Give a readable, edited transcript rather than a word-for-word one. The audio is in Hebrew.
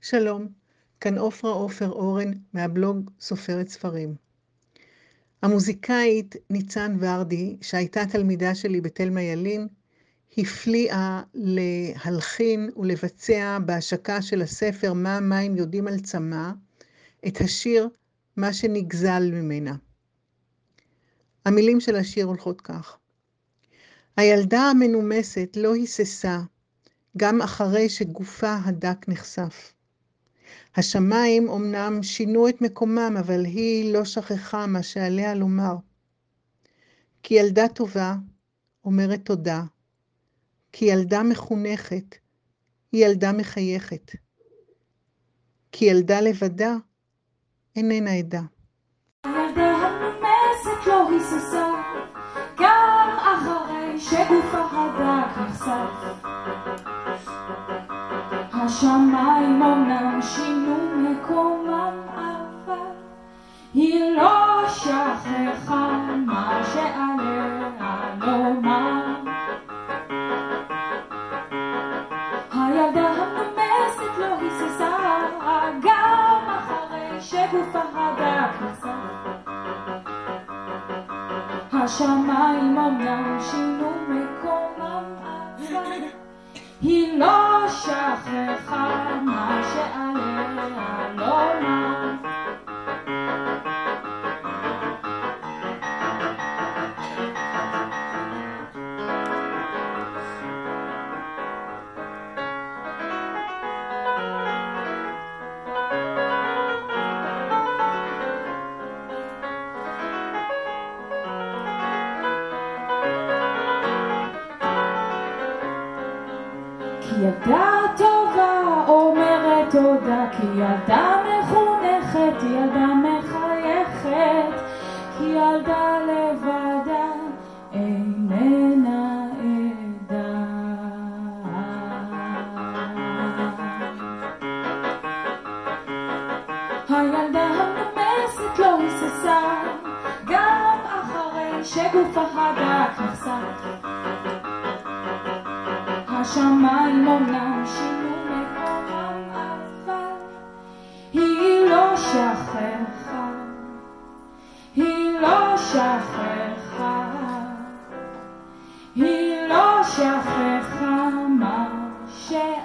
שלום, כאן עופרה עופר אורן מהבלוג סופרת ספרים. המוזיקאית ניצן ורדי, שהייתה תלמידה שלי בתלמה ילין, הפליאה להלחין ולבצע בהשקה של הספר מה המים יודעים על צמא, את השיר מה שנגזל ממנה. המילים של השיר הולכות כך: הילדה המנומסת לא היססה, גם אחרי שגופה הדק נחשף. השמיים אומנם שינו את מקומם, אבל היא לא שכחה מה שעליה לומר. כי ילדה טובה אומרת תודה, כי ילדה מחונכת היא ילדה מחייכת, כי ילדה לבדה איננה עדה. הילדה המנומסת לא היססה, גם אחרי שגופה הדק נחשף. השמיים אומנם שינו מקומם, אבל היא לא שכחה מה שעליה לומר. הילדה המנומסת לא היססה, גם אחרי שגופה הדק נחשף. השמיים אומנם שינו מקומם, אבל היא לא שכחה מה שעליה לומר. כי ילדה טובה אומרת תודה, כי ילדה מחונכת היא ילדה מחייכת, כי ילדה לבדה איננה עדה. הילדה המנומסת לא היססה, גם אחרי שגופה הדק נחשף. השמיים אומנם שינו מקומם, אבל היא לא שכחה, היא לא שכחה, היא לא שכחה מה